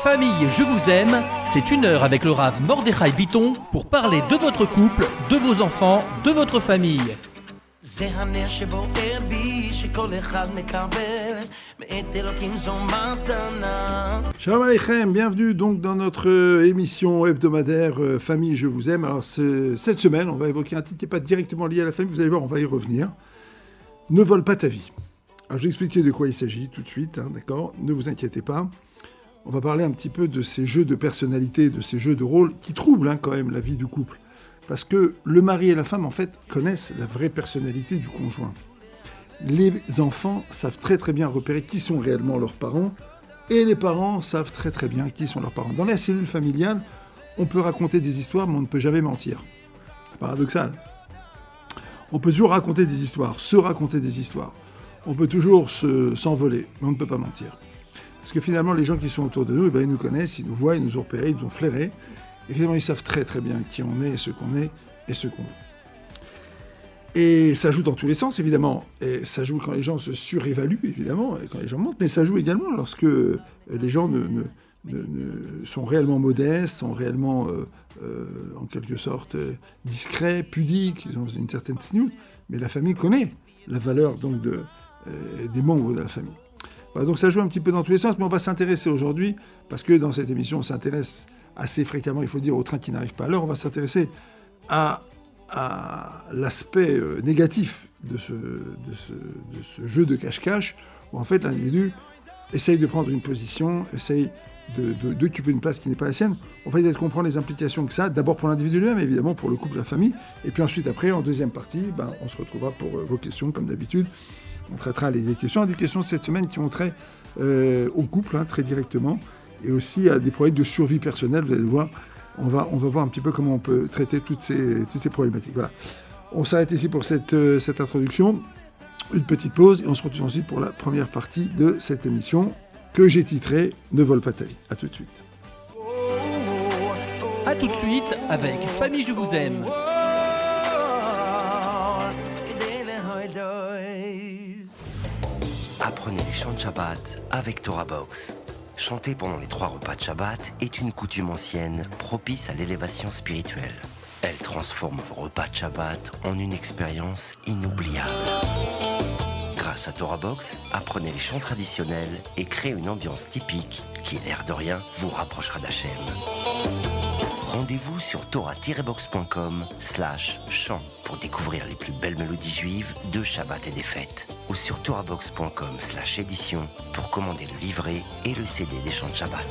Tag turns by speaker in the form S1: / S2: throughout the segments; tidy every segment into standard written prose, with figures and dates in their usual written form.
S1: Famille, je vous aime, c'est une heure avec le Rav Mordechai Bitton pour parler de votre couple, de vos enfants, de votre famille.
S2: Shalom Aleichem, bienvenue donc dans notre émission hebdomadaire Famille, je vous aime. Alors cette semaine, on va évoquer un titre qui n'est pas directement lié à la famille, vous allez voir, on va y revenir. Ne vole pas ta vie. Alors je vais expliquer de quoi il s'agit tout de suite, d'accord ? Ne vous inquiétez pas. On va parler un petit peu de ces jeux de personnalité, de ces jeux de rôle qui troublent quand même la vie du couple. Parce que le mari et la femme, en fait, connaissent la vraie personnalité du conjoint. Les enfants savent très très bien repérer qui sont réellement leurs parents, et les parents savent très très bien qui sont leurs parents. Dans la cellule familiale, on peut raconter des histoires, mais on ne peut jamais mentir. C'est paradoxal. On peut toujours raconter des histoires, se raconter des histoires. On peut toujours s'envoler, mais on ne peut pas mentir. Parce que finalement, les gens qui sont autour de nous, ils nous connaissent, ils nous voient, ils nous ont repérés, ils nous ont flairés. Et finalement, ils savent très très bien qui on est, ce qu'on est et ce qu'on veut. Et ça joue dans tous les sens, évidemment. Et ça joue quand les gens se surévaluent, évidemment, et quand les gens mentent. Mais ça joue également lorsque les gens sont réellement modestes, sont réellement, en quelque sorte, discrets, pudiques, ils ont une certaine tsniout. Mais la famille connaît la valeur donc des membres de la famille. Voilà, donc ça joue un petit peu dans tous les sens, mais on va s'intéresser aujourd'hui, parce que dans cette émission, on s'intéresse assez fréquemment, il faut dire, au train qui n'arrive pas à l'heure, on va s'intéresser à l'aspect négatif de ce jeu de cache-cache, où en fait l'individu essaye de prendre une position, essaye d'occuper une place qui n'est pas la sienne. On va essayer de comprendre les implications que ça a, d'abord pour l'individu lui-même, évidemment pour le couple, la famille, et puis ensuite après, en deuxième partie, on se retrouvera pour vos questions, comme d'habitude. On traitera des questions cette semaine qui ont trait au couple, très directement, et aussi à des problèmes de survie personnelle. Vous allez le voir, on va voir un petit peu comment on peut traiter toutes ces problématiques. Voilà. On s'arrête ici pour cette introduction. Une petite pause, et on se retrouve ensuite pour la première partie de cette émission que j'ai titrée « Ne vole pas ta vie ». À tout de suite.
S1: A tout de suite avec Famille, je vous aime.
S3: Apprenez les chants de Shabbat avec Torah Box. Chanter pendant les 3 repas de Shabbat est une coutume ancienne propice à l'élévation spirituelle. Elle transforme vos repas de Shabbat en une expérience inoubliable. Grâce à Torah Box, apprenez les chants traditionnels et créez une ambiance typique qui, l'air de rien, vous rapprochera d'Hachem. Rendez-vous sur torah-box.com/chant pour découvrir les plus belles mélodies juives de Shabbat et des fêtes. Ou sur torahbox.com/édition pour commander le livret et le CD des chants de Shabbat.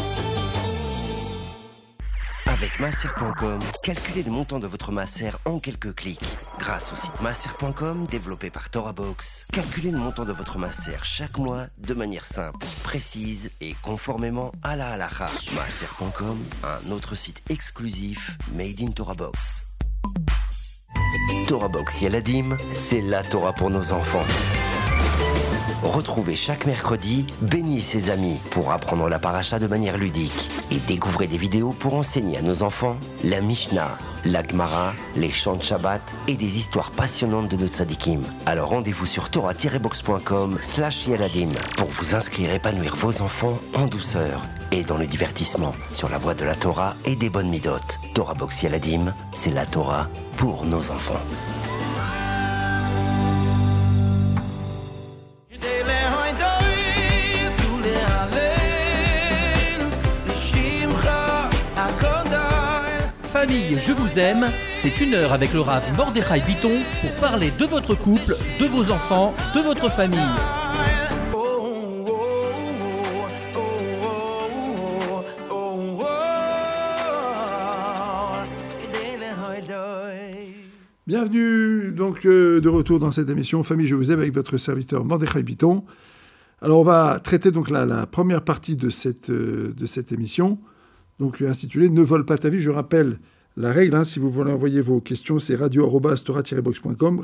S3: Avec Maaser.com, calculez le montant de votre Maaser en quelques clics. Grâce au site Maaser.com, développé par Torah Box, calculez le montant de votre Maaser chaque mois de manière simple, précise et conformément à la halacha. Maaser.com, un autre site exclusif made in Torah Box. Torah Box Yaladim, c'est la Torah pour nos enfants. Retrouvez chaque mercredi Béni et ses amis pour apprendre la paracha de manière ludique et découvrez des vidéos pour enseigner à nos enfants la Mishnah, la Gemara, les chants de Shabbat et des histoires passionnantes de nos tzadikim. Alors rendez-vous sur torah-box.com/yaladim pour vous inscrire et épanouir vos enfants en douceur et dans le divertissement sur la voie de la Torah et des bonnes midot. Torah Box Yaladim, c'est la Torah pour nos enfants.
S1: Famille, je vous aime, c'est une heure avec le Rav Mordechai Bitton pour parler de votre couple, de vos enfants, de votre famille.
S2: Bienvenue donc de retour dans cette émission Famille, je vous aime avec votre serviteur Mordechai Bitton. Alors on va traiter donc la première partie de cette émission, donc intitulée « Ne vole pas ta vie ». Je rappelle la règle, si vous voulez envoyer vos questions, c'est radio@torah-box.com,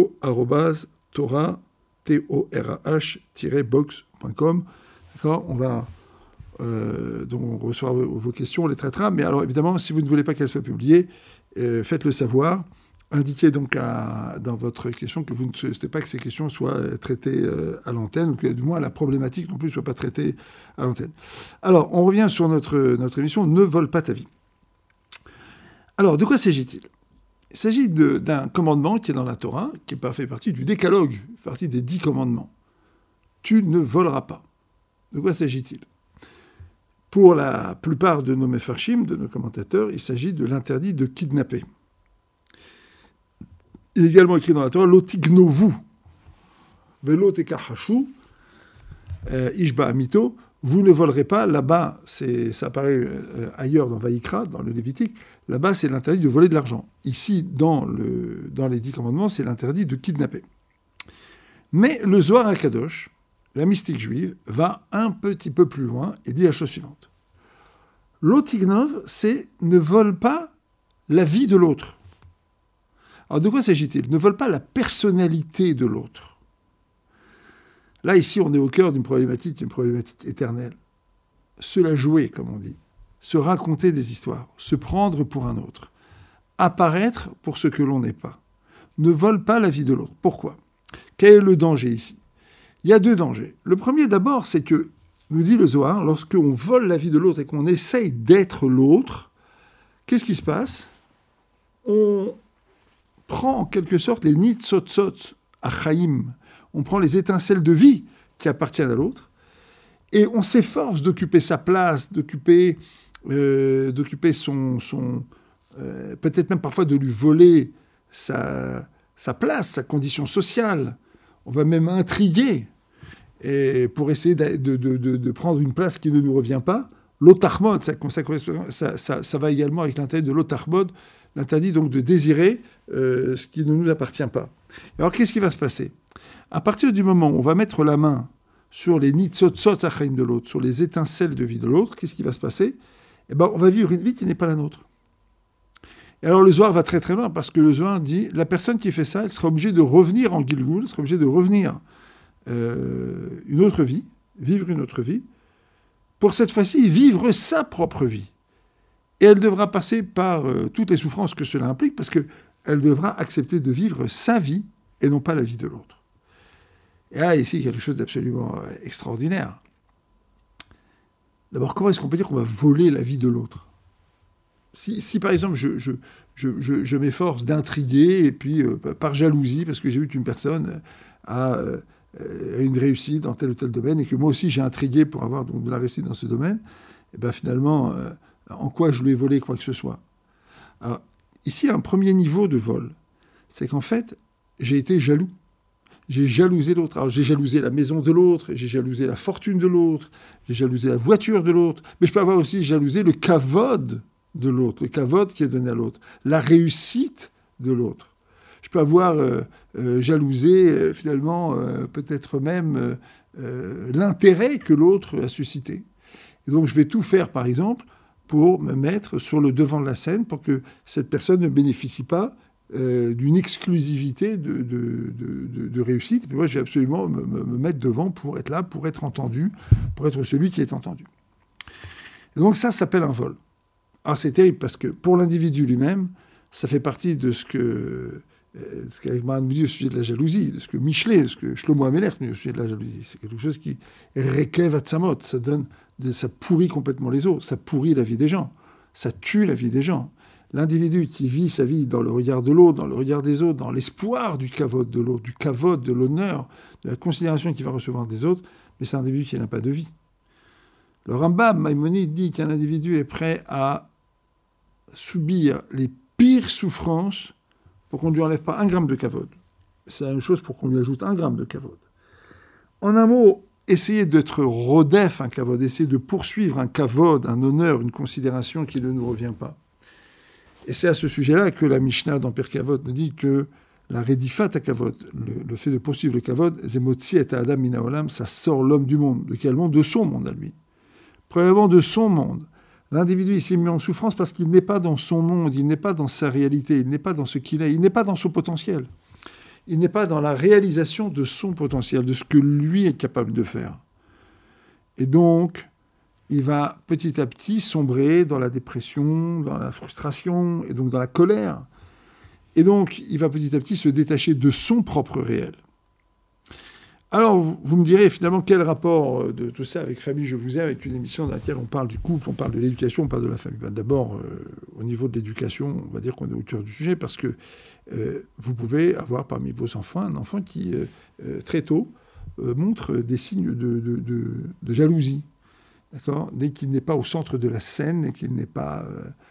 S2: radio@torah-box.com. D'accord, donc on reçoit vos questions, on les traitera. Mais alors évidemment, si vous ne voulez pas qu'elles soient publiées, faites-le savoir indiquez donc dans votre question que vous ne souhaitez pas que ces questions soient traitées à l'antenne, ou que du moins la problématique non plus ne soit pas traitée à l'antenne. Alors, on revient sur notre émission « Ne vole pas ta vie ». Alors, de quoi s'agit-il ? Il s'agit d'un commandement qui est dans la Torah, qui fait partie du décalogue, partie des 10 commandements. Tu ne voleras pas. De quoi s'agit-il ? Pour la plupart de nos mefarshim, de nos commentateurs, il s'agit de l'interdit de kidnapper. Il est également écrit dans la Torah, Lotignovu, Velo tekachashu, Ishba Amito, vous ne volerez pas. Là-bas, ça apparaît ailleurs dans Vaïkra, dans le Lévitique, là-bas c'est l'interdit de voler de l'argent. Ici, dans les 10 commandements, c'est l'interdit de kidnapper. Mais le Zohar HaKadosh, la mystique juive, va un petit peu plus loin et dit la chose suivante. Lotignov, c'est ne vole pas la vie de l'autre. Alors de quoi s'agit-il ? Ne vole pas la personnalité de l'autre. Là, ici, on est au cœur d'une problématique éternelle. Se la jouer, comme on dit. Se raconter des histoires. Se prendre pour un autre. Apparaître pour ce que l'on n'est pas. Ne vole pas la vie de l'autre. Pourquoi ? Quel est le danger ici ? Il y a 2 dangers. Le premier, d'abord, c'est que, nous dit le Zohar, lorsqu'on vole la vie de l'autre et qu'on essaye d'être l'autre, qu'est-ce qui se passe ? On prend en quelque sorte les nitzotzot achaim, on prend les étincelles de vie qui appartiennent à l'autre, et on s'efforce d'occuper sa place, d'occuper son peut-être même parfois de lui voler sa place, sa condition sociale. On va même intriguer et pour essayer de prendre une place qui ne nous revient pas. L'otarmod, ça va également avec l'interdit de l'otarmod, l'interdit donc de désirer ce qui ne nous appartient pas. Alors qu'est-ce qui va se passer ? À partir du moment où on va mettre la main sur les nitzotzot achaim de l'autre, sur les étincelles de vie de l'autre, qu'est-ce qui va se passer ? Eh ben, on va vivre une vie qui n'est pas la nôtre. Et alors le Zohar va très très loin, parce que le Zohar dit, la personne qui fait ça, elle sera obligée de revenir en Gilgul, elle sera obligée de revenir une autre vie, vivre une autre vie, pour cette fois-ci vivre sa propre vie. Et elle devra passer par toutes les souffrances que cela implique, parce qu'elle devra accepter de vivre sa vie, et non pas la vie de l'autre. Et là, ici, il y a quelque chose d'absolument extraordinaire. D'abord, comment est-ce qu'on peut dire qu'on va voler la vie de l'autre ? Si par exemple, je m'efforce d'intriguer, et puis par jalousie, parce que j'ai vu qu'une personne a une réussite dans tel ou tel domaine, et que moi aussi j'ai intrigué pour avoir donc, de la réussite dans ce domaine, et bien finalement, en quoi je lui ai volé quoi que ce soit ? Alors, ici, un premier niveau de vol, c'est qu'en fait, j'ai été jaloux. J'ai jalousé l'autre. Alors, j'ai jalousé la maison de l'autre, j'ai jalousé la fortune de l'autre, j'ai jalousé la voiture de l'autre, mais je peux avoir aussi jalousé le kavod de l'autre, le kavod qui est donné à l'autre, la réussite de l'autre. Je peux avoir jalousé, finalement, peut-être même l'intérêt que l'autre a suscité. Et donc, je vais tout faire, par exemple, pour me mettre sur le devant de la scène, pour que cette personne ne bénéficie pas d'une exclusivité de réussite. Et puis moi, je vais absolument me mettre devant pour être là, pour être entendu, pour être celui qui est entendu. Et donc ça s'appelle un vol. Alors c'est terrible parce que pour l'individu lui-même, ça fait partie de ce qu'Agmara nous dit au sujet de la jalousie, de ce que Michelet, ce que Shlomo Amelech nous dit au sujet de la jalousie. C'est quelque chose qui rekev atzamot, ça pourrit complètement les os, ça pourrit la vie des gens, ça tue la vie des gens. L'individu qui vit sa vie dans le regard de l'autre, dans le regard des autres, dans l'espoir du kavod de l'autre, du kavod, de l'honneur, de la considération qu'il va recevoir des autres, mais c'est un individu qui n'a pas de vie. Le Rambam Maïmonide dit qu'un individu est prêt à subir les pires souffrances pour qu'on ne lui enlève pas 1 gramme de kavod. C'est la même chose pour qu'on lui ajoute 1 gramme de kavod. En un mot, essayer d'être rodef un kavod, essayer de poursuivre un kavod, un honneur, une considération qui ne nous revient pas. Et c'est à ce sujet-là que la Mishnah dans Pirkei Avot nous dit que la redifat à kavod, le fait de poursuivre le kavod, zemotzi et adam mina olam, ça sort l'homme du monde. De quel monde ? De son monde à lui. Premièrement, de son monde. L'individu, il s'est mis en souffrance parce qu'il n'est pas dans son monde, il n'est pas dans sa réalité, il n'est pas dans ce qu'il est, il n'est pas dans son potentiel. Il n'est pas dans la réalisation de son potentiel, de ce que lui est capable de faire. Et donc, il va petit à petit sombrer dans la dépression, dans la frustration et donc dans la colère. Et donc, il va petit à petit se détacher de son propre réel. Alors, vous me direz finalement quel rapport de tout ça avec Famille, je vous aime, avec une émission dans laquelle on parle du couple, on parle de l'éducation, on parle de la famille. D'abord, au niveau de l'éducation, on va dire qu'on est au cœur du sujet parce que vous pouvez avoir parmi vos enfants un enfant qui, très tôt, montre des signes de jalousie. D'accord ? Dès qu'il n'est pas au centre de la scène et qu'il n'est pas...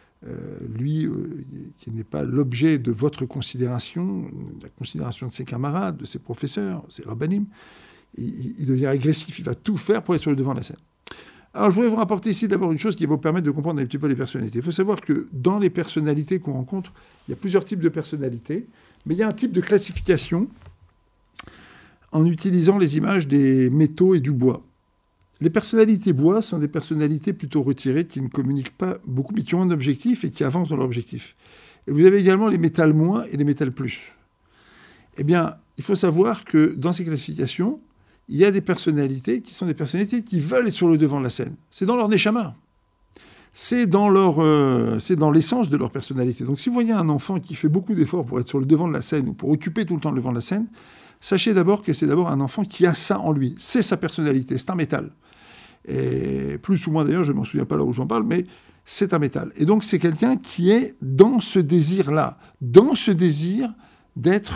S2: qui n'est pas l'objet de votre considération, la considération de ses camarades, de ses professeurs, ses rabbinim, il devient agressif, il va tout faire pour être sur le devant de la scène. Alors je voudrais vous rapporter ici d'abord une chose qui va vous permettre de comprendre un petit peu les personnalités. Il faut savoir que dans les personnalités qu'on rencontre, il y a plusieurs types de personnalités, mais il y a un type de classification en utilisant les images des métaux et du bois. Les personnalités bois sont des personnalités plutôt retirées qui ne communiquent pas beaucoup, mais qui ont un objectif et qui avancent dans leur objectif. Et vous avez également les métals moins et les métals plus. Eh bien, il faut savoir que dans ces classifications, il y a des personnalités qui sont des personnalités qui veulent être sur le devant de la scène. C'est dans leur neshama. C'est dans l'essence de leur personnalité. Donc si vous voyez un enfant qui fait beaucoup d'efforts pour être sur le devant de la scène ou pour occuper tout le temps le devant de la scène, sachez d'abord que c'est d'abord un enfant qui a ça en lui. C'est sa personnalité, c'est un métal. Et plus ou moins d'ailleurs, je ne m'en souviens pas là où j'en parle, mais c'est un métal. Et donc c'est quelqu'un qui est dans ce désir-là, dans ce désir d'être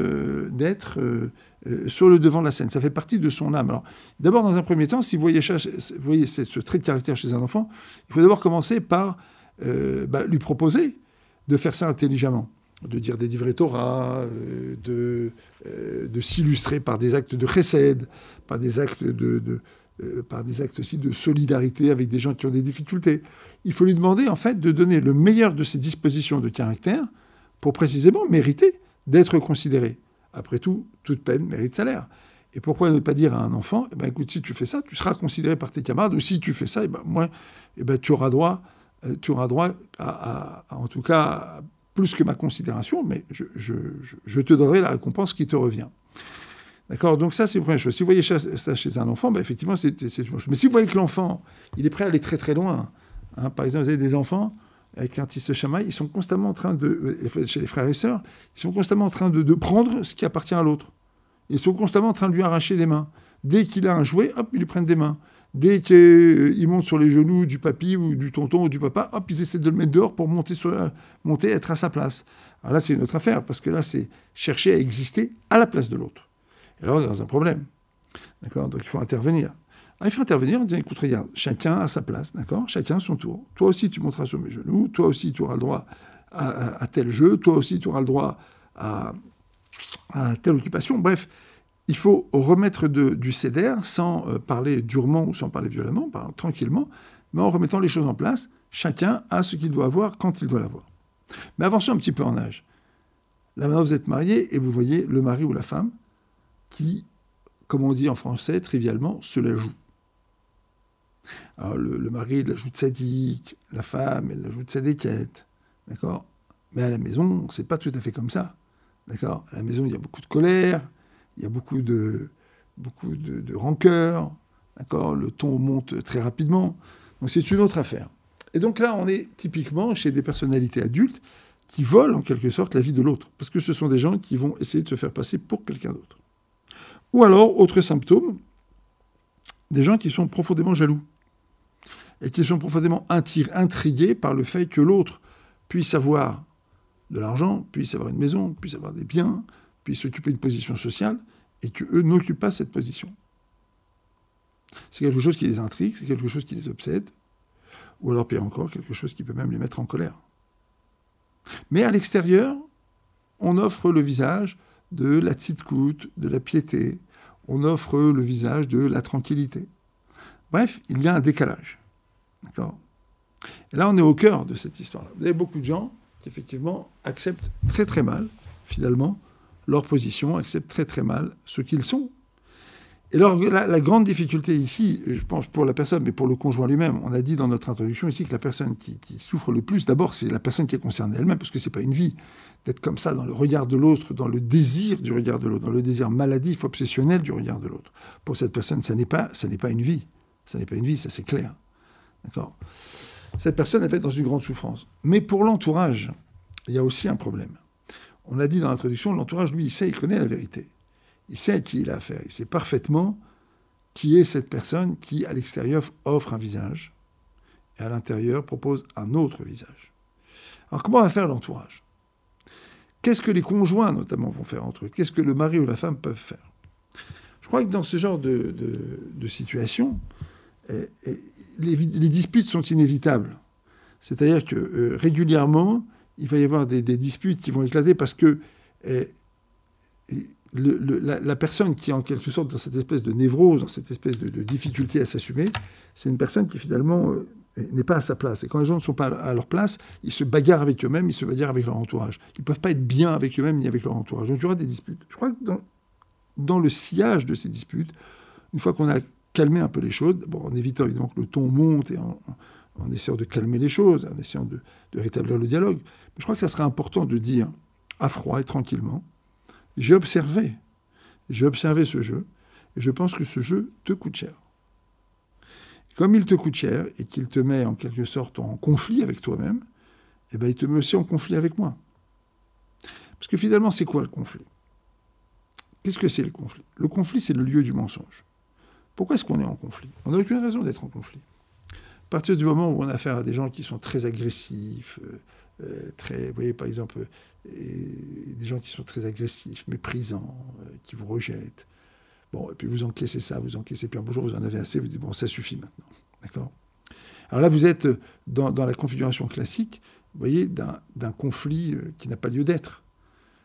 S2: sur le devant de la scène. Ça fait partie de son âme. Alors, d'abord, dans un premier temps, si vous voyez ce trait de caractère chez un enfant, il faut d'abord commencer par lui proposer de faire ça intelligemment, de dire des divrei Torah, de s'illustrer par des actes de chesed, par des actes par des actes aussi de solidarité avec des gens qui ont des difficultés. Il faut lui demander, en fait, de donner le meilleur de ses dispositions de caractère pour précisément mériter d'être considéré. Après tout, toute peine mérite salaire. Et pourquoi ne pas dire à un enfant, écoute, si tu fais ça, tu seras considéré par tes camarades, ou si tu fais ça, tu auras droit à, en tout cas, plus que ma considération, mais je te donnerai la récompense qui te revient. D'accord ? Donc ça, c'est la première chose. Si vous voyez ça chez un enfant, effectivement, c'est une chose. Mais si vous voyez que l'enfant, il est prêt à aller très très loin, par exemple, vous avez des enfants, quand ils se chamaillent, ils sont constamment en train chez les frères et sœurs, ils sont constamment en train de prendre ce qui appartient à l'autre. Ils sont constamment en train de lui arracher des mains. Dès qu'il a un jouet, hop, ils lui prennent des mains. Dès qu'il monte sur les genoux du papy ou du tonton ou du papa, hop, ils essaient de le mettre dehors pour monter, être à sa place. Alors là, c'est une autre affaire, parce que là, c'est chercher à exister à la place de l'autre. Et là, on est dans un problème. D'accord ? Donc, il faut intervenir. Alors, il faut intervenir en disant, écoute, regarde, chacun à sa place, d'accord ? Chacun à son tour. Toi aussi, tu monteras sur mes genoux. Toi aussi, tu auras le droit à tel jeu. Toi aussi, tu auras le droit à telle occupation. Bref, il faut remettre du sédère sans parler durement ou sans parler violemment, tranquillement, mais en remettant les choses en place. Chacun a ce qu'il doit avoir quand il doit l'avoir. Mais avançons un petit peu en âge. Là, maintenant, vous êtes marié et vous voyez le mari ou la femme qui, comme on dit en français, trivialement, se la joue. Alors, le mari, il la joue de sadique, la femme, elle la joue de sadéquette, d'accord ? Mais à la maison, c'est pas tout à fait comme ça, d'accord ? À la maison, il y a beaucoup de colère, il y a beaucoup de rancœur, d'accord ? Le ton monte très rapidement, donc c'est une autre affaire. Et donc là, on est typiquement chez des personnalités adultes qui volent en quelque sorte la vie de l'autre, parce que ce sont des gens qui vont essayer de se faire passer pour quelqu'un d'autre. Ou alors, autre symptôme, des gens qui sont profondément jaloux et qui sont profondément intrigués par le fait que l'autre puisse avoir de l'argent, puisse avoir une maison, puisse avoir des biens, puisse occuper une position sociale et qu'eux n'occupent pas cette position. C'est quelque chose qui les intrigue, c'est quelque chose qui les obsède, ou alors, pire encore, quelque chose qui peut même les mettre en colère. Mais à l'extérieur, on offre le visage de la tzidkout, de la piété, on offre le visage de la tranquillité. Bref, il y a un décalage. D'accord ? Et là, on est au cœur de cette histoire-là. Vous avez beaucoup de gens qui, effectivement, acceptent très très mal, finalement, leur position, acceptent très très mal ce qu'ils sont. Et alors, la grande difficulté ici, je pense pour la personne, mais pour le conjoint lui-même, on a dit dans notre introduction ici que la personne qui souffre le plus, d'abord, c'est la personne qui est concernée elle-même, parce que c'est pas une vie d'être comme ça dans le regard de l'autre, dans le désir du regard de l'autre, dans le désir maladif, obsessionnel du regard de l'autre. Pour cette personne, ça n'est pas une vie. Ça n'est pas une vie, ça c'est clair. D'accord ? Cette personne, elle va être dans une grande souffrance. Mais pour l'entourage, il y a aussi un problème. On l'a dit dans l'introduction, l'entourage, lui, il connaît la vérité. Il sait à qui il a affaire. Il sait parfaitement qui est cette personne qui, à l'extérieur, offre un visage et à l'intérieur propose un autre visage. Alors, comment va faire l'entourage ? Qu'est-ce que les conjoints, notamment, vont faire entre eux ? Qu'est-ce que le mari ou la femme peuvent faire ? Je crois que dans ce genre de situation, les disputes sont inévitables. C'est-à-dire que régulièrement, il va y avoir des disputes qui vont éclater parce que la personne qui est en quelque sorte dans cette espèce de névrose, dans cette espèce de difficulté à s'assumer, c'est une personne qui finalement n'est pas à sa place. Et quand les gens ne sont pas à leur place, ils se bagarrent avec eux-mêmes, ils se bagarrent avec leur entourage. Ils ne peuvent pas être bien avec eux-mêmes ni avec leur entourage. Donc il y aura des disputes. Je crois que dans le sillage de ces disputes, une fois qu'on a calmé un peu les choses, en évitant évidemment que le ton monte et en essayant de calmer les choses, en essayant de rétablir le dialogue, mais je crois que ça serait important de dire à froid et tranquillement, j'ai observé ce jeu, et je pense que ce jeu te coûte cher. Et comme il te coûte cher, et qu'il te met en quelque sorte en conflit avec toi-même, eh ben, il te met aussi en conflit avec moi. Parce que finalement, c'est quoi le conflit ? Qu'est-ce que c'est le conflit ? Le conflit, c'est le lieu du mensonge. Pourquoi est-ce qu'on est en conflit ? On n'a aucune raison d'être en conflit. À partir du moment où on a affaire à des gens qui sont très agressifs, vous voyez, par exemple, des gens qui sont très agressifs, méprisants, qui vous rejettent. Bon, et puis vous encaissez ça, puis un beau jour vous en avez assez, vous dites, bon, ça suffit maintenant. D'accord ? Alors là, vous êtes dans la configuration classique, vous voyez, d'un conflit qui n'a pas lieu d'être. D'accord ?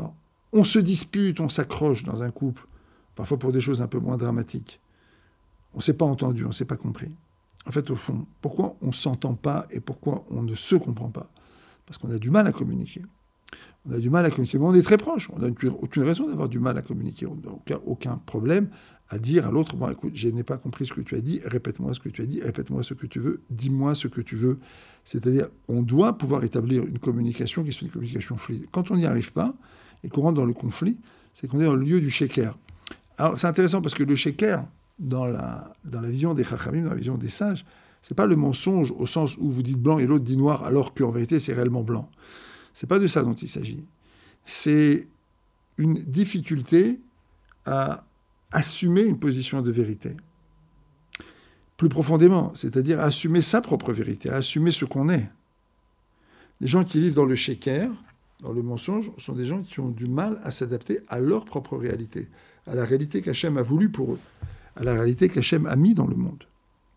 S2: On se dispute, on s'accroche dans un couple, parfois pour des choses un peu moins dramatiques. On ne s'est pas entendu, on ne s'est pas compris. En fait, au fond, pourquoi on ne s'entend pas et pourquoi on ne se comprend pas ? Parce qu'on a du mal à communiquer. On a du mal à communiquer, mais on est très proche. On n'a aucune raison d'avoir du mal à communiquer. On n'a aucun problème à dire à l'autre, bon, écoute, je n'ai pas compris ce que tu as dit, répète-moi ce que tu as dit, répète-moi ce que tu veux, dis-moi ce que tu veux. C'est-à-dire, on doit pouvoir établir une communication qui soit une communication fluide. Quand on n'y arrive pas, et qu'on rentre dans le conflit, c'est qu'on est dans le lieu du sheker. Alors, c'est intéressant parce que le sheker, dans la vision des chachamim, dans la vision des sages, c'est pas le mensonge au sens où vous dites blanc et l'autre dit noir, alors qu'en vérité, c'est réellement blanc. C'est pas de ça dont il s'agit. C'est une difficulté à assumer une position de vérité. Plus profondément, c'est-à-dire à assumer sa propre vérité, à assumer ce qu'on est. Les gens qui vivent dans le sheker, dans le mensonge, sont des gens qui ont du mal à s'adapter à leur propre réalité, à la réalité qu'Hachem a voulu pour eux, à la réalité qu'Hachem a mis dans le monde.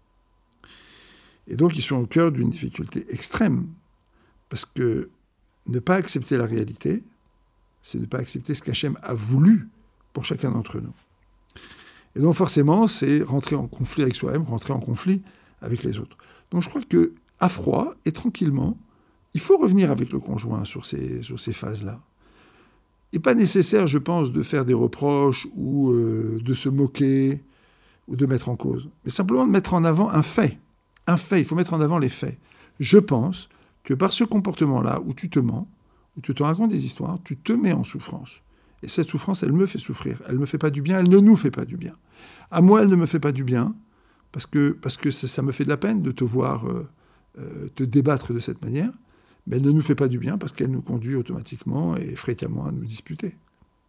S2: Et donc, ils sont au cœur d'une difficulté extrême, parce que ne pas accepter la réalité, c'est ne pas accepter ce qu'Hachem a voulu pour chacun d'entre nous. Et donc, forcément, c'est rentrer en conflit avec soi-même, rentrer en conflit avec les autres. Donc, je crois qu'à froid et tranquillement, il faut revenir avec le conjoint sur ces phases-là. Il n'est pas nécessaire, je pense, de faire des reproches ou de se moquer ou de mettre en cause, mais simplement de mettre en avant un fait. Un fait, il faut mettre en avant les faits. Je pense que par ce comportement-là, où tu te mens, où tu te racontes des histoires, tu te mets en souffrance. Et cette souffrance, elle me fait souffrir. Elle ne me fait pas du bien, elle ne nous fait pas du bien. À moi, elle ne me fait pas du bien, parce que ça me fait de la peine de te voir te débattre de cette manière, mais elle ne nous fait pas du bien parce qu'elle nous conduit automatiquement et fréquemment à nous disputer.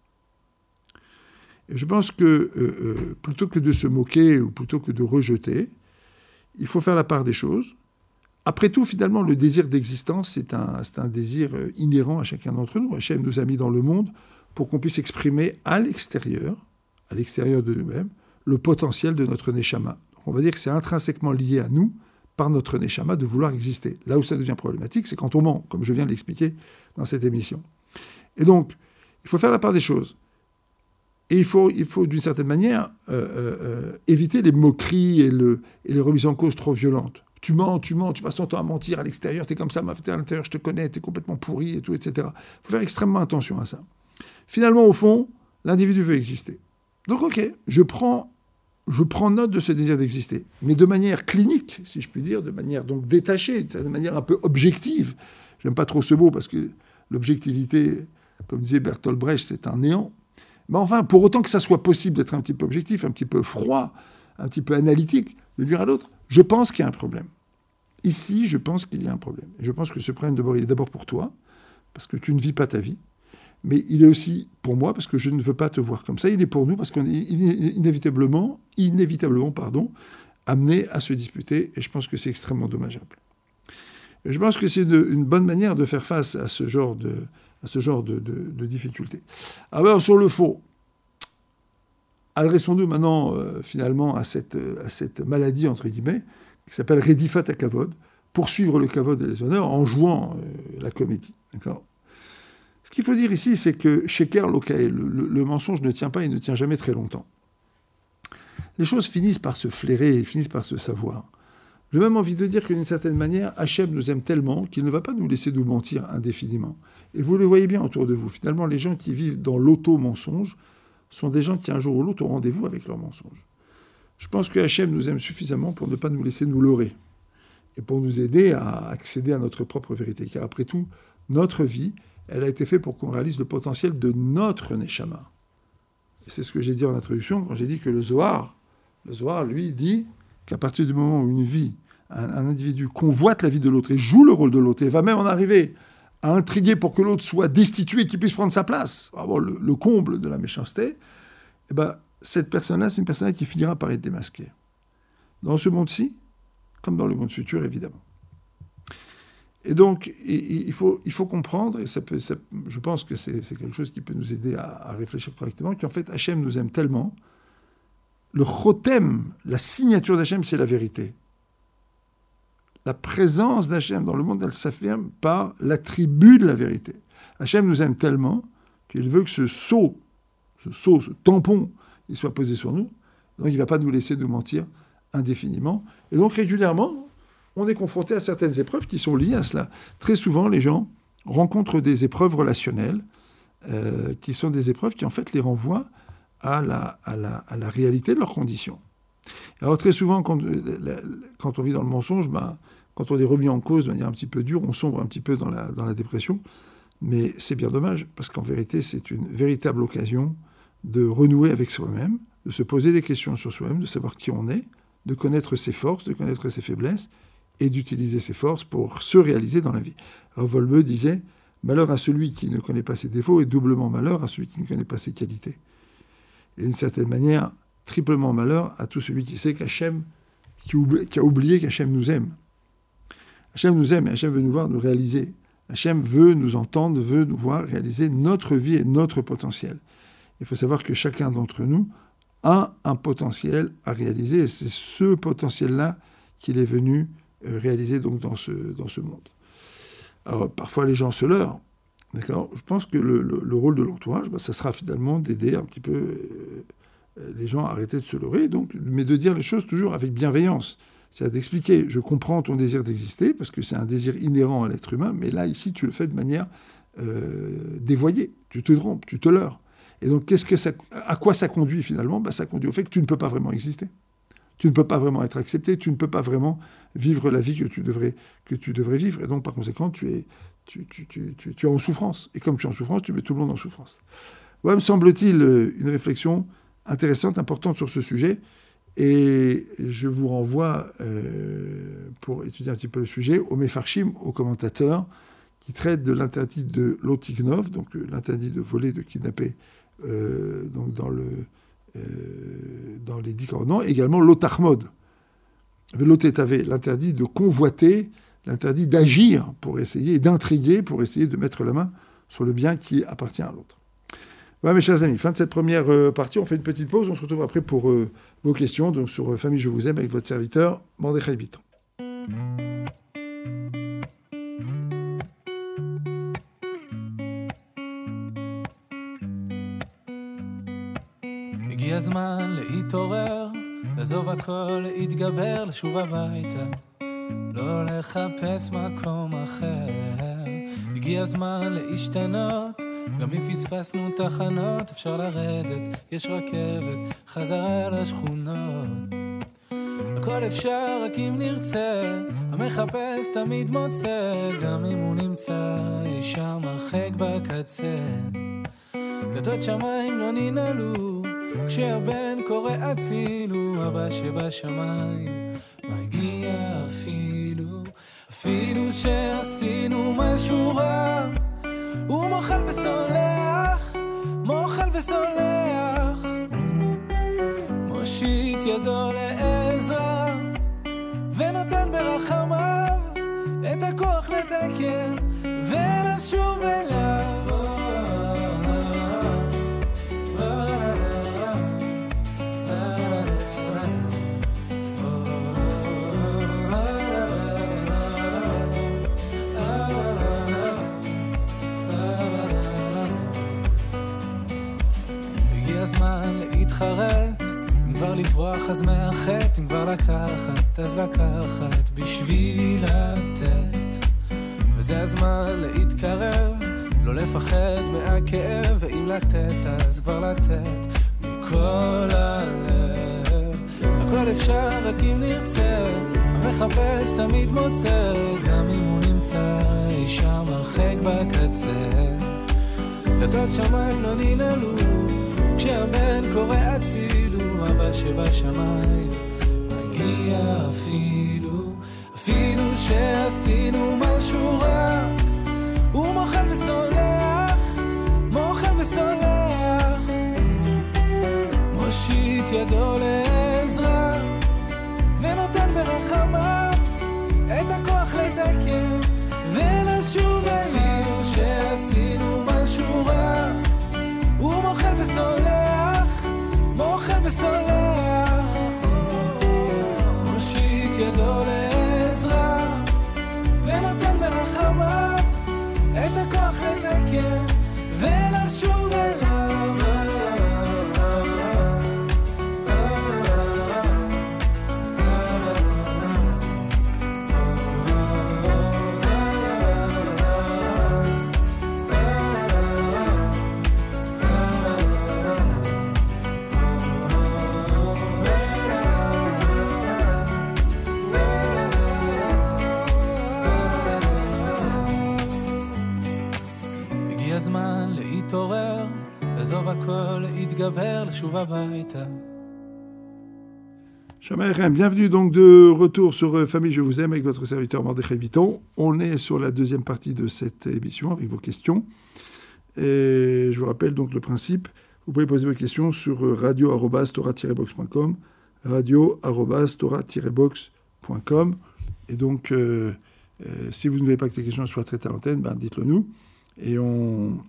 S2: Et je pense que plutôt que de se moquer ou plutôt que de rejeter, il faut faire la part des choses. Après tout, finalement, le désir d'existence, c'est un désir inhérent à chacun d'entre nous. Hachem nous a mis dans le monde pour qu'on puisse exprimer à l'extérieur de nous-mêmes, le potentiel de notre neshama. Donc on va dire que c'est intrinsèquement lié à nous, par notre neshama, de vouloir exister. Là où ça devient problématique, c'est quand on ment, comme je viens de l'expliquer dans cette émission. Et donc, il faut faire la part des choses. Et il faut d'une certaine manière, éviter les moqueries et les remises en cause trop violentes. Tu mens, tu passes ton temps à mentir à l'extérieur, t'es comme ça, mais à l'intérieur, je te connais, t'es complètement pourri, et tout, etc. Il faut faire extrêmement attention à ça. Finalement, au fond, l'individu veut exister. Donc, ok, je prends note de ce désir d'exister, mais de manière clinique, si je puis dire, de manière donc détachée, de manière un peu objective. J'aime pas trop ce mot, parce que l'objectivité, comme disait Bertolt Brecht, c'est un néant. Mais enfin, pour autant que ça soit possible d'être un petit peu objectif, un petit peu froid, un petit peu analytique, de dire à l'autre, je pense qu'il y a un problème. Ici, je pense qu'il y a un problème. Et je pense que ce problème, d'abord, il est d'abord pour toi, parce que tu ne vis pas ta vie. mais il est aussi pour moi, parce que je ne veux pas te voir comme ça, il est pour nous, parce qu'on est inévitablement, amené à se disputer, et je pense que c'est extrêmement dommageable. Et je pense que c'est une bonne manière de faire face à ce genre de difficultés. Alors, sur le fond, adressons-nous maintenant, finalement, à cette maladie, entre guillemets, qui s'appelle Redifat HaKavod, poursuivre le kavod et les honneurs en jouant la comédie. D'accord ? Ce qu'il faut dire ici, c'est que Sheker Lokael, le mensonge ne tient pas et ne tient jamais très longtemps. Les choses finissent par se flairer et finissent par se savoir. J'ai même envie de dire que d'une certaine manière, Hachem nous aime tellement qu'il ne va pas nous laisser nous mentir indéfiniment. Et vous le voyez bien autour de vous. Finalement, les gens qui vivent dans l'auto-mensonge sont des gens qui, un jour ou l'autre, ont rendez-vous avec leur mensonge. Je pense que Hachem nous aime suffisamment pour ne pas nous laisser nous leurrer et pour nous aider à accéder à notre propre vérité. Car après tout, notre vie, elle a été faite pour qu'on réalise le potentiel de notre Neshama. Et c'est ce que j'ai dit en introduction quand j'ai dit que le Zohar, lui, dit qu'à partir du moment où une vie, un individu convoite la vie de l'autre et joue le rôle de l'autre et va même en arriver à intriguer pour que l'autre soit destitué et qu'il puisse prendre sa place, vraiment le comble de la méchanceté, eh ben, cette personne-là, c'est une personne qui finira par être démasquée. Dans ce monde-ci, comme dans le monde futur, évidemment. Et donc, il faut comprendre, et je pense que c'est quelque chose qui peut nous aider à réfléchir correctement, qu'en fait, Hachem nous aime tellement. Le chotem, la signature d'Hachem, c'est la vérité. La présence d'Hachem dans le monde, elle s'affirme par l'attribut de la vérité. Hachem nous aime tellement qu'il veut que ce tampon, il soit posé sur nous. Donc, il ne va pas nous laisser nous mentir indéfiniment. Et donc, régulièrement, on est confronté à certaines épreuves qui sont liées à cela. Très souvent, les gens rencontrent des épreuves relationnelles qui sont des épreuves qui, en fait, les renvoient à la réalité de leurs conditions. Alors, très souvent, quand on vit dans le mensonge, quand on est remis en cause de manière un petit peu dure, on sombre un petit peu dans la dépression. Mais c'est bien dommage, parce qu'en vérité, c'est une véritable occasion de renouer avec soi-même, de se poser des questions sur soi-même, de savoir qui on est, de connaître ses forces, de connaître ses faiblesses, et d'utiliser ses forces pour se réaliser dans la vie. Alors Volbe disait « Malheur à celui qui ne connaît pas ses défauts et doublement malheur à celui qui ne connaît pas ses qualités. » Et d'une certaine manière, triplement malheur à tout celui qui sait qu'Hachem, qui a oublié qu'Hachem nous aime. Hachem nous aime et Hachem veut nous voir nous réaliser. Hachem veut nous entendre, veut nous voir réaliser notre vie et notre potentiel. Il faut savoir que chacun d'entre nous a un potentiel à réaliser, et c'est ce potentiel-là qu'il est venu réaliser donc dans ce monde. Alors, parfois, les gens se leurrent. D'accord ? Je pense que le rôle de l'entourage, ça sera finalement d'aider un petit peu les gens à arrêter de se leurrer, mais de dire les choses toujours avec bienveillance. C'est-à-dire d'expliquer, je comprends ton désir d'exister, parce que c'est un désir inhérent à l'être humain, mais là, ici, tu le fais de manière dévoyée. Tu te trompes, tu te leurres. Et donc, à quoi ça conduit finalement ? Ça conduit au fait que tu ne peux pas vraiment exister. Tu ne peux pas vraiment être accepté, tu ne peux pas vraiment vivre la vie que tu devrais vivre. Et donc, par conséquent, tu es en souffrance. Et comme tu es en souffrance, tu mets tout le monde en souffrance. Voilà, me semble-t-il, une réflexion intéressante, importante sur ce sujet. Et je vous renvoie, pour étudier un petit peu le sujet, au Mefarshim, au commentateur, qui traite de l'interdit de l'otignov, donc l'interdit de voler, de kidnapper, donc dans les 10 commandements, également l'otachmod, l'otétavé, l'interdit de convoiter, l'interdit d'agir pour essayer, d'intriguer, pour essayer de mettre la main sur le bien qui appartient à l'autre. Voilà, mes chers amis, fin de cette première partie. On fait une petite pause. On se retrouve après pour vos questions donc sur Famille, je vous aime, avec votre serviteur, Mordechai Bitton.
S4: הגיע הזמן להתעורר, לעזוב הכל, להתגבר, לשוב הביתה, לא לחפש מקום אחר. הגיע הזמן להשתנות, גם אם פספסנו תחנות, אפשר לרדת, יש רכבת, חזרה לשכונות. הכל אפשר רק אם נרצה, המחפש תמיד מוצא, גם אם הוא נמצא שם הרחק בקצה. דלתות שמיים לא ננעלו, כשהבן קורא הצילו, אבא שבשמיים מגיע אפילו שעשינו משהו רע, הוא מוחל וסולח, מוחל וסולח, מושיט ידו לעזרה ונותן ברחמיו את הכוח לתקן ולשוב אליו. הגיע הזמן להתחרט, אם כבר לברוח אז מאחת, אם כבר לקחת אז לקחת בשביל לתת, וזה הזמן להתקרב, לא לפחד מהכאב, ואם לתת אז כבר לתת מכל הלב. הכל אפשר רק אם נרצה, המחפש תמיד מוצא, גם אם הוא נמצא אישה מרחק בקצה. דלתות שמיים לא ננעלו, כשהבן קורא הצילו, אבא שבשמיים מגיע אפילו שעשינו משהו רע. הוא מוחל וסולח, מוחל וסולח, מושיט ידו לעזרה ונותן ברחמיו את הכוח לתקן ולשוב אליו. אפילו שעשינו משהו רע, הוא מוחל וסולח, מוחל וסולח, מושיט ידו לעזרה ונותן ברחמיו את הכוח לתקן ולשוב אליו. הזמן להתעורר, לעזוב הכל, להתגבר, לשוב הביתה.
S2: Shalom Aleichem, bienvenue donc de retour sur Famille Je vous aime avec votre serviteur Mordechai Biton. On est sur la deuxième partie de cette émission avec vos questions. Et je vous rappelle donc le principe. Vous pouvez poser vos questions sur radio@torah-box.com, radio@torah-box.com. Et donc, si vous ne voulez pas que les questions soient traitées à l'antenne, dites-le nous. Et on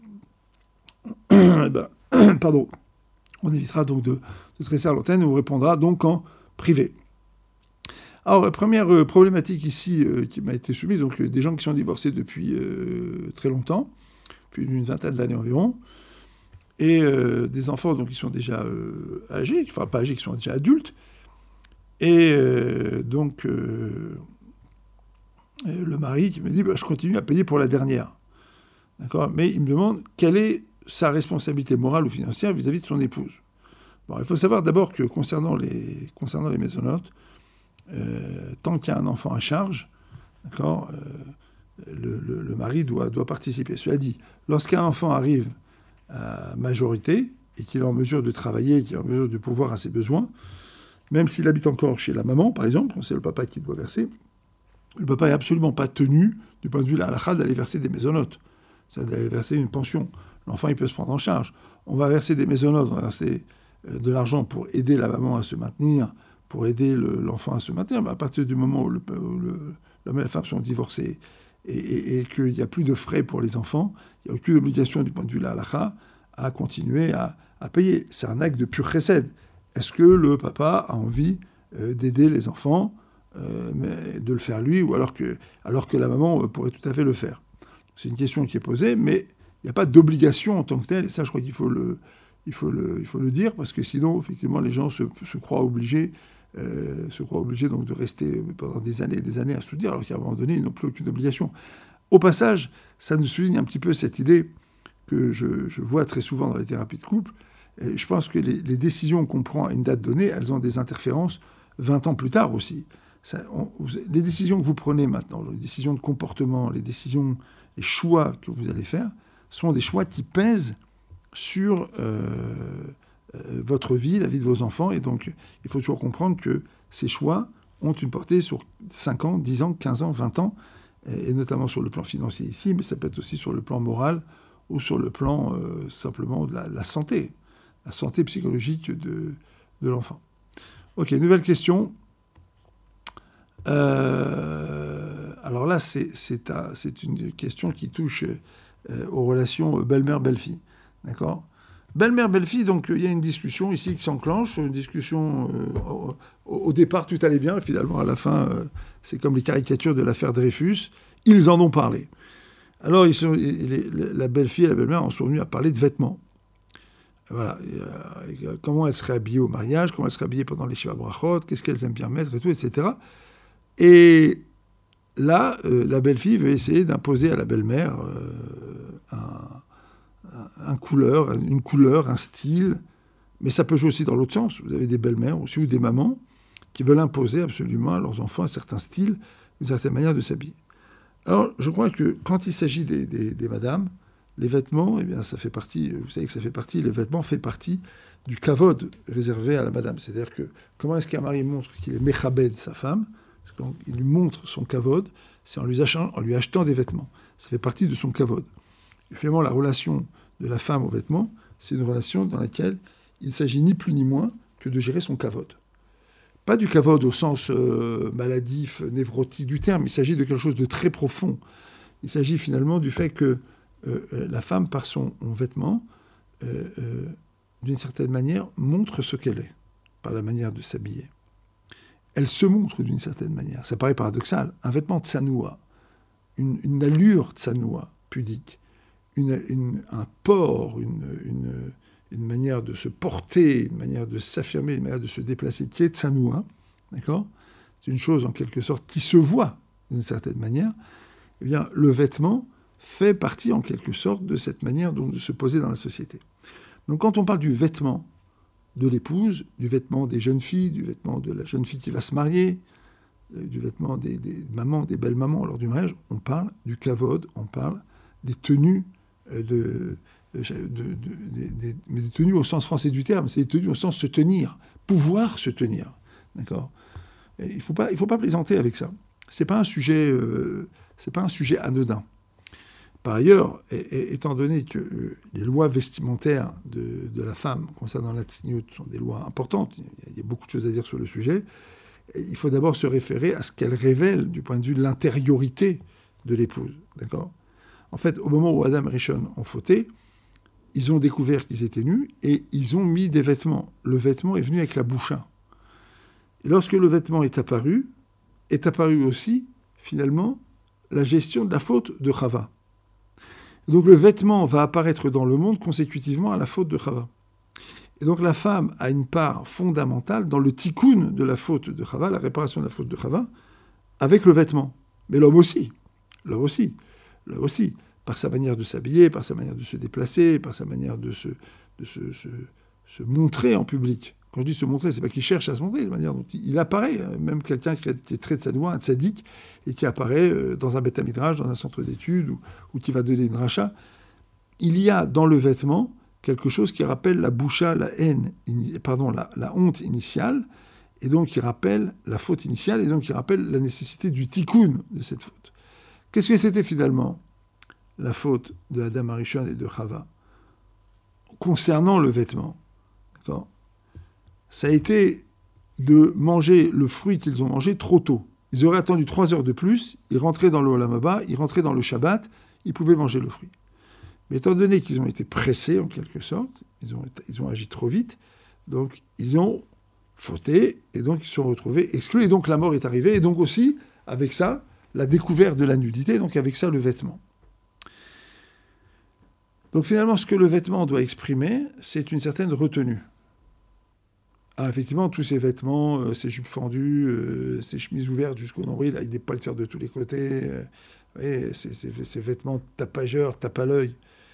S2: évitera donc de traiter à l'antenne et on répondra donc en privé. Alors, première problématique ici qui m'a été soumise, donc des gens qui sont divorcés depuis très longtemps, plus d'une vingtaine d'années environ, et des enfants donc qui sont déjà âgés, enfin pas âgés, qui sont déjà adultes, et donc le mari qui me dit je continue à payer pour la dernière. D'accord, mais il me demande quelle est sa responsabilité morale ou financière vis-à-vis de son épouse. Bon, il faut savoir d'abord que concernant les mésonotes, tant qu'il y a un enfant à charge, d'accord, le mari doit participer. Cela dit, lorsqu'un enfant arrive à majorité et qu'il est en mesure de travailler, qu'il est en mesure de pourvoir à ses besoins, même s'il habite encore chez la maman, par exemple, quand c'est le papa qui doit verser, le papa n'est absolument pas tenu, du point de vue de la halakha, d'aller verser des mésonotes. C'est d'aller verser une pension. L'enfant, il peut se prendre en charge. On va verser des mésonotes, on va verser de l'argent pour aider la maman à se maintenir, pour aider l'enfant à se maintenir. Mais à partir du moment où l'homme et la femme sont divorcés et qu'il n'y a plus de frais pour les enfants, il n'y a aucune obligation du point de vue de la halakha à continuer à payer. C'est un acte de pur chesed. Est-ce que le papa a envie d'aider les enfants, mais de le faire lui, ou alors que la maman pourrait tout à fait le faire? C'est une question qui est posée, mais il n'y a pas d'obligation en tant que telle, et ça je crois qu'il faut le dire, parce que sinon, effectivement, les gens se croient obligés donc de rester pendant des années à soutenir, alors qu'à un moment donné, ils n'ont plus aucune obligation. Au passage, ça nous souligne un petit peu cette idée que je vois très souvent dans les thérapies de couple. Et je pense que les décisions qu'on prend à une date donnée, elles ont des interférences 20 ans plus tard aussi. Les décisions que vous prenez maintenant, les décisions de comportement, les choix que vous allez faire, sont des choix qui pèsent sur votre vie, la vie de vos enfants. Et donc, il faut toujours comprendre que ces choix ont une portée sur 5 ans, 10 ans, 15 ans, 20 ans. et notamment sur le plan financier ici, mais ça peut être aussi sur le plan moral ou sur le plan simplement de la santé psychologique de l'enfant. Ok, nouvelle question. Alors là, c'est une question qui touche aux relations belle-mère-belle-fille. D'accord ? Belle-mère-belle-fille, donc il y a une discussion ici qui s'enclenche, une discussion, au départ tout allait bien, finalement à la fin, c'est comme les caricatures de l'affaire Dreyfus, ils en ont parlé. Alors la belle-fille et la belle-mère en sont venues à parler de vêtements. Voilà, comment elle serait habillée au mariage, comment elle serait habillée pendant les Shiva Brachot, qu'est-ce qu'elles aiment bien mettre et tout, etc. Et là, la belle-fille veut essayer d'imposer à la belle-mère une couleur, un style, mais ça peut jouer aussi dans l'autre sens. Vous avez des belles-mères aussi ou des mamans qui veulent imposer absolument à leurs enfants un certain style, une certaine manière de s'habiller. Alors, je crois que quand il s'agit des madames, les vêtements, eh bien, ça fait partie, vous savez que ça fait partie, les vêtements fait partie du kavod réservé à la madame. C'est-à-dire que comment est-ce qu'un mari montre qu'il est mechabed sa femme, il lui montre son kavod, c'est en lui achetant des vêtements. Ça fait partie de son kavod. Finalement, la relation de la femme aux vêtements, c'est une relation dans laquelle il s'agit ni plus ni moins que de gérer son kavod. Pas du kavod au sens maladif, névrotique du terme, il s'agit de quelque chose de très profond. Il s'agit finalement du fait que la femme, par son vêtement, d'une certaine manière, montre ce qu'elle est, par la manière de s'habiller. Elle se montre d'une certaine manière. Ça paraît paradoxal. Un vêtement tsanoua, une allure tsanoua, pudique, un port, une manière de se porter, une manière de s'affirmer, une manière de se déplacer, qui est tsanoua, d'accord ? C'est une chose, en quelque sorte, qui se voit d'une certaine manière. Eh bien, le vêtement fait partie, en quelque sorte, de cette manière donc, de se poser dans la société. Donc, quand on parle du vêtement de l'épouse, du vêtement des jeunes filles, du vêtement de la jeune fille qui va se marier, du vêtement des mamans, des belles mamans lors du mariage, on parle du kavod, on parle des tenues, mais des tenues au sens français du terme, c'est des tenues au sens se tenir, pouvoir se tenir, d'accord ? Il ne faut pas plaisanter avec ça. C'est pas un sujet anodin. Par ailleurs, étant donné que les lois vestimentaires de la femme concernant la tsniout sont des lois importantes, il y a beaucoup de choses à dire sur le sujet, il faut d'abord se référer à ce qu'elles révèlent du point de vue de l'intériorité de l'épouse. D'accord ? En fait, au moment où Adam et Rishon ont fauté, ils ont découvert qu'ils étaient nus et ils ont mis des vêtements. Le vêtement est venu avec la boucha. Et lorsque le vêtement est apparu aussi, finalement, la gestion de la faute de Chava. Donc le vêtement va apparaître dans le monde consécutivement à la faute de Chava. Et donc la femme a une part fondamentale dans le tikkun de la faute de Chava, la réparation de la faute de Chava, avec le vêtement. Mais l'homme aussi, par sa manière de s'habiller, par sa manière de se déplacer, par sa manière de se montrer en public. Quand je dis se montrer, c'est pas qu'il cherche à se montrer, de manière dont il apparaît, même quelqu'un qui est très tsadoua, un tzaddik, et qui apparaît dans un beth midrash, dans un centre d'études, ou qui va donner une racha. Il y a dans le vêtement quelque chose qui rappelle la boucha, la honte initiale, et donc qui rappelle la faute initiale, et donc qui rappelle la nécessité du tikkun de cette faute. Qu'est-ce que c'était finalement la faute de Adam Arishon et de Chava concernant le vêtement ? D'accord ? Ça a été de manger le fruit qu'ils ont mangé trop tôt. Ils auraient attendu 3 heures de plus, ils rentraient dans le Olam Haba, ils rentraient dans le Shabbat, ils pouvaient manger le fruit. Mais étant donné qu'ils ont été pressés, en quelque sorte, ils ont agi trop vite, donc ils ont fauté, et donc ils se sont retrouvés exclus, et donc la mort est arrivée, et donc aussi, avec ça, la découverte de la nudité, donc avec ça, le vêtement. Donc finalement, ce que le vêtement doit exprimer, c'est une certaine retenue. Ah, effectivement, tous ces vêtements, ces jupes fendues, ces chemises ouvertes jusqu'au nombril, avec des poils qui sortent de tous les côtés, ces vêtements tapageurs, tape à l'œil,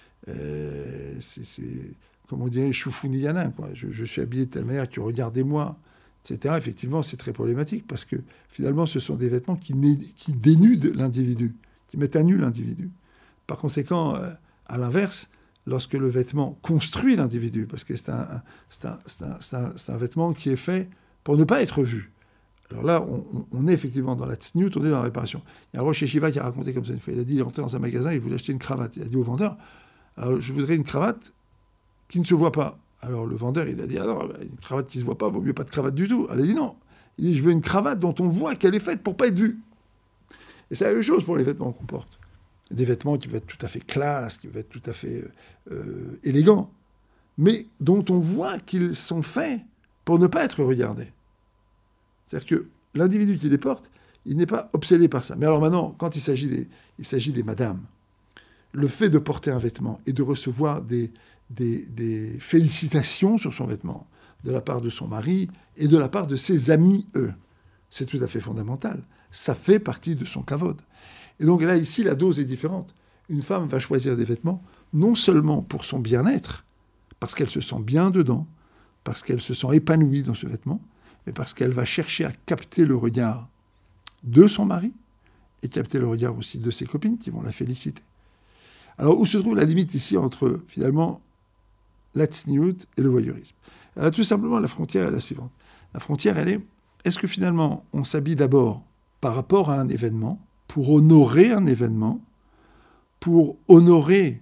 S2: comme on dirait, choufouniana, quoi. Je suis habillé de telle manière que regardez-moi, etc. Effectivement, c'est très problématique, parce que finalement, ce sont des vêtements qui dénudent l'individu, qui mettent à nu l'individu. Par conséquent, à l'inverse, lorsque le vêtement construit l'individu, parce que c'est un vêtement qui est fait pour ne pas être vu. Alors là, on est effectivement dans la tsniout, on est dans la réparation. Il y a un Rosh Yeshiva qui a raconté comme ça une fois. Il a dit, il est rentré dans un magasin, il voulait acheter une cravate. Il a dit au vendeur, alors, je voudrais une cravate qui ne se voit pas. Alors le vendeur, il a dit, ah non, une cravate qui ne se voit pas, vaut mieux pas de cravate du tout. Elle a dit non. Il dit, je veux une cravate dont on voit qu'elle est faite pour pas être vue. Et c'est la même chose pour les vêtements qu'on porte. Des vêtements qui peuvent être tout à fait classe, qui peuvent être tout à fait élégants, mais dont on voit qu'ils sont faits pour ne pas être regardés. C'est-à-dire que l'individu qui les porte, il n'est pas obsédé par ça. Mais alors maintenant, quand il s'agit des madames, le fait de porter un vêtement et de recevoir des félicitations sur son vêtement de la part de son mari et de la part de ses amis, eux, c'est tout à fait fondamental. Ça fait partie de son kavod. Et donc là, ici, la dose est différente. Une femme va choisir des vêtements non seulement pour son bien-être, parce qu'elle se sent bien dedans, parce qu'elle se sent épanouie dans ce vêtement, mais parce qu'elle va chercher à capter le regard de son mari et capter le regard aussi de ses copines qui vont la féliciter. Alors, où se trouve la limite ici entre, finalement, la tsniout et le voyeurisme ? Alors, tout simplement, la frontière est la suivante. La frontière, elle est, est-ce que finalement, on s'habille d'abord par rapport à un événement, pour honorer un événement, pour honorer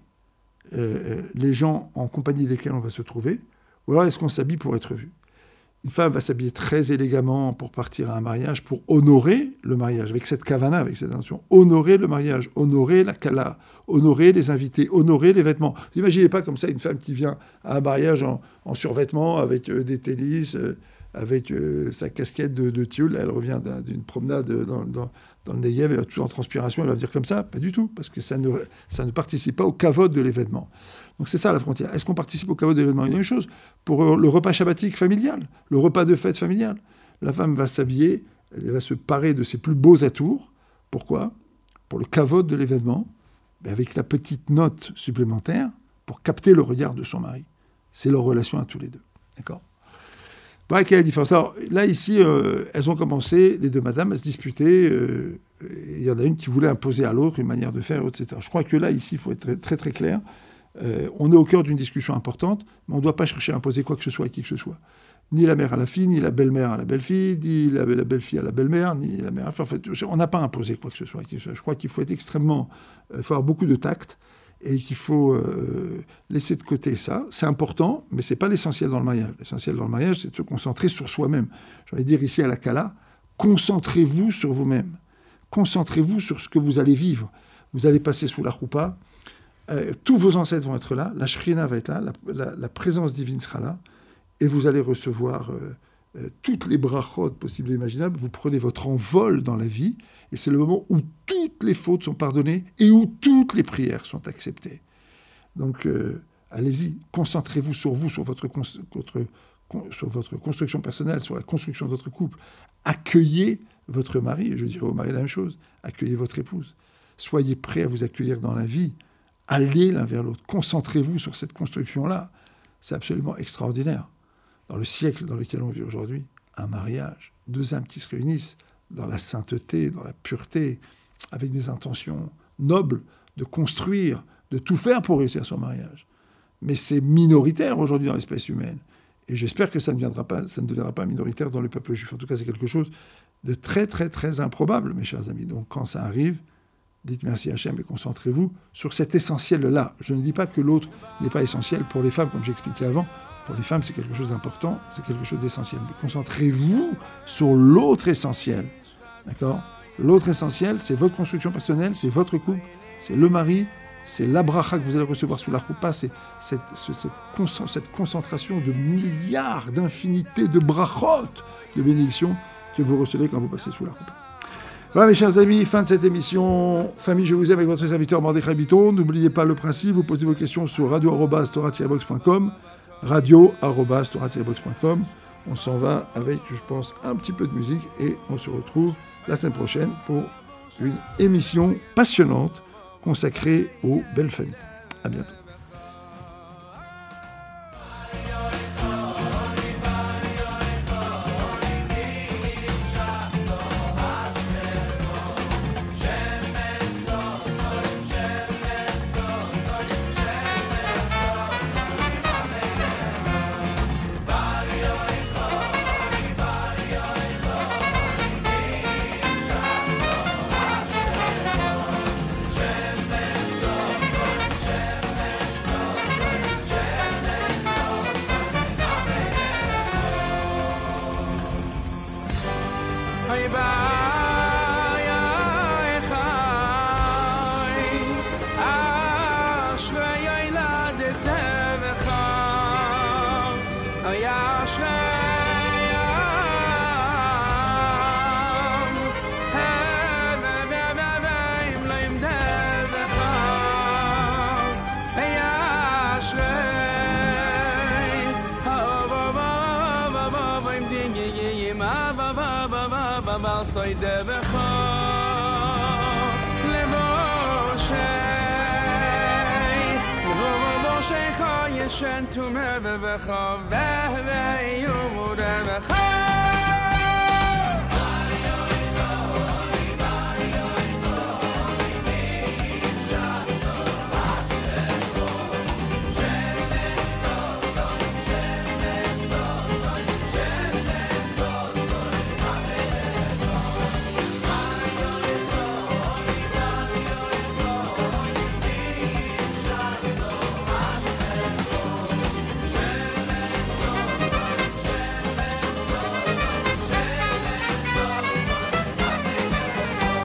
S2: les gens en compagnie desquels on va se trouver, ou alors est-ce qu'on s'habille pour être vu ? Une femme va s'habiller très élégamment pour partir à un mariage, pour honorer le mariage, avec cette kavana, avec cette intention. Honorer le mariage, honorer la kala, honorer les invités, honorer les vêtements. Vous n'imaginez pas comme ça une femme qui vient à un mariage en survêtement, avec des tennis, avec sa casquette de tioul. Elle revient d'une promenade dans le Negev, elle est tout en transpiration, elle va dire comme ça ? Pas du tout, parce que ça ne participe pas au kavod de l'événement. Donc c'est ça la frontière. Est-ce qu'on participe au kavod de l'événement ? Il y a une même chose pour le repas shabbatique familial, le repas de fête familial. La femme va s'habiller, elle va se parer de ses plus beaux atours. Pourquoi ? Pour le kavod de l'événement, mais avec la petite note supplémentaire pour capter le regard de son mari. C'est leur relation à tous les deux. D'accord ? Voilà quelle est la différence. Alors là, ici, elles ont commencé, les deux madames, à se disputer. Il y en a une qui voulait imposer à l'autre une manière de faire, etc. Je crois que là, ici, il faut être très, très, très clair. On est au cœur d'une discussion importante, mais on ne doit pas chercher à imposer quoi que ce soit à qui que ce soit. Ni la mère à la fille, ni la belle-mère à la belle-fille, ni la belle-fille à la belle-mère, ni la mère... Enfin, en fait, on n'a pas imposé quoi que ce soit à qui que ce soit. Je crois qu'il faut être extrêmement... Il faut avoir beaucoup de tact et qu'il faut laisser de côté ça. C'est important, mais ce n'est pas l'essentiel dans le mariage. L'essentiel dans le mariage, c'est de se concentrer sur soi-même. J'ai envie de dire ici à la Kala, concentrez-vous sur vous-même. Concentrez-vous sur ce que vous allez vivre. Vous allez passer sous la choupa. Tous vos ancêtres vont être là. La Shrina va être là. La présence divine sera là. Et vous allez recevoir toutes les brachot possibles et imaginables. Vous prenez votre envol dans la vie. Et c'est le moment où toutes les fautes sont pardonnées et où toutes les prières sont acceptées. Donc, allez-y. Concentrez-vous sur vous, sur votre construction personnelle, sur la construction de votre couple. Accueillez votre mari, et je dirais au mari la même chose. Accueillez votre épouse. Soyez prêts à vous accueillir dans la vie. Allez l'un vers l'autre. Concentrez-vous sur cette construction-là. C'est absolument extraordinaire. Dans le siècle dans lequel on vit aujourd'hui, un mariage, deux âmes qui se réunissent dans la sainteté, dans la pureté, avec des intentions nobles de construire, de tout faire pour réussir son mariage. Mais c'est minoritaire aujourd'hui dans l'espèce humaine. Et j'espère que ça ne deviendra pas minoritaire dans le peuple juif. En tout cas, c'est quelque chose de très, très, très improbable, mes chers amis. Donc, quand ça arrive, dites merci à Hachem et concentrez-vous sur cet essentiel-là. Je ne dis pas que l'autre n'est pas essentiel pour les femmes, comme j'expliquais avant. Pour les femmes, c'est quelque chose d'important, c'est quelque chose d'essentiel. Mais concentrez-vous sur l'autre essentiel. D'accord ? L'autre essentiel, c'est votre construction personnelle, c'est votre couple, c'est le mari, c'est la bracha que vous allez recevoir sous la choupa, c'est cette concentration de milliards, d'infinités de brachot, de bénédictions que vous recevez quand vous passez sous la choupa. Voilà mes chers amis, fin de cette émission. Famille, je vous aime avec votre serviteur Mordechai Bitton. N'oubliez pas le principe, vous posez vos questions sur radio@torah-box.com, radio@torah-box.com. On s'en va avec, je pense, un petit peu de musique et on se retrouve la semaine prochaine pour une émission passionnante consacrée aux belles familles. À bientôt.
S5: soy de becha levoshay chayeshen tu me becha ve yumur becha